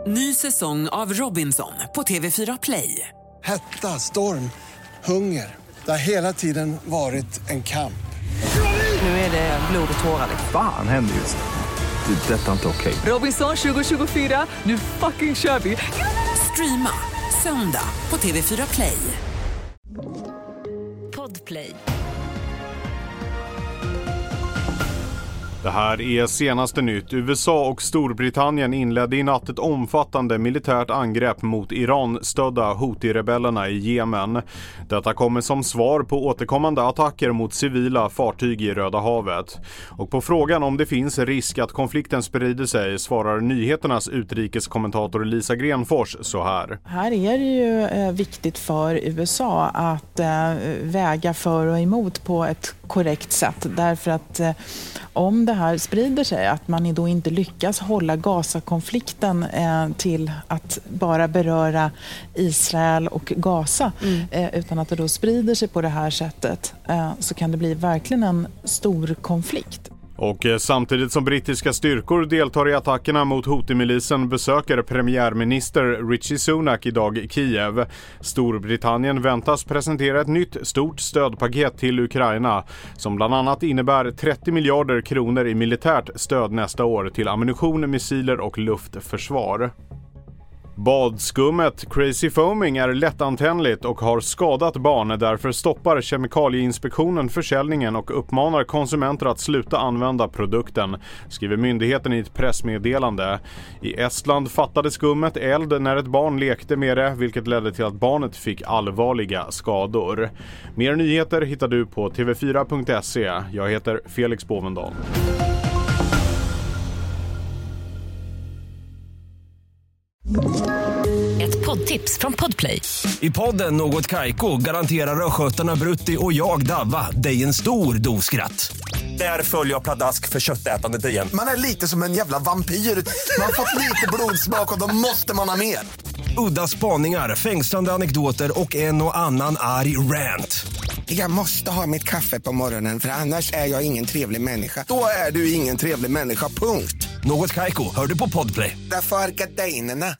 Ny säsong av Robinson på TV4 Play. Hetta, storm, hunger. Det har hela tiden varit en kamp. Nu är det blod och tårar. Fan händer just nu. Det. Detta är inte okej. Robinson 2024, nu fucking kör vi. Streama söndag på TV4 Play. Podplay. Det här är senaste nytt. USA och Storbritannien inledde i natt ett omfattande militärt angrepp mot Iran-stödda Houthi-rebellerna i Jemen. Detta kommer som svar på återkommande attacker mot civila fartyg i Röda havet. Och på frågan om det finns risk att konflikten sprider sig svarar nyheternas utrikeskommentator Lisa Grenfors så här. Här är det ju viktigt för USA att väga för och emot på ett korrekt sätt. Därför att om det här sprider sig, att man då inte lyckas hålla Gaza-konflikten till att bara beröra Israel och Gaza, utan att det då sprider sig på det här sättet, så kan det bli verkligen en stor konflikt. Och samtidigt som brittiska styrkor deltar i attackerna mot Houthi-milisen besöker premiärminister Rishi Sunak idag Kiev. Storbritannien väntas presentera ett nytt stort stödpaket till Ukraina som bland annat innebär 30 miljarder kronor i militärt stöd nästa år till ammunition, missiler och luftförsvar. Badskummet Crazy Foaming är lättantändligt och har skadat barn. Därför stoppar Kemikalieinspektionen försäljningen och uppmanar konsumenter att sluta använda produkten, skriver myndigheten i ett pressmeddelande. I Estland fattade skummet eld när ett barn lekte med det, vilket ledde till att barnet fick allvarliga skador. Mer nyheter hittar du på tv4.se. Jag heter Felix Bovendal. Ett poddtips från Podplay. I podden Något Kaiko garanterar röskötarna Brutti och jag Davva dig en stor doskratt. Där följer jag pladask för köttätandet igen. Man är lite som en jävla vampyr. Man har fått lite blodsmak och då måste man ha mer. Udda spaningar, fängslande anekdoter och en och annan arg rant. Jag måste ha mitt kaffe på morgonen för annars är jag ingen trevlig människa. Då är du ingen trevlig människa, punkt. Något Kaiko, hör du på Podplay. Därför är gardinerna.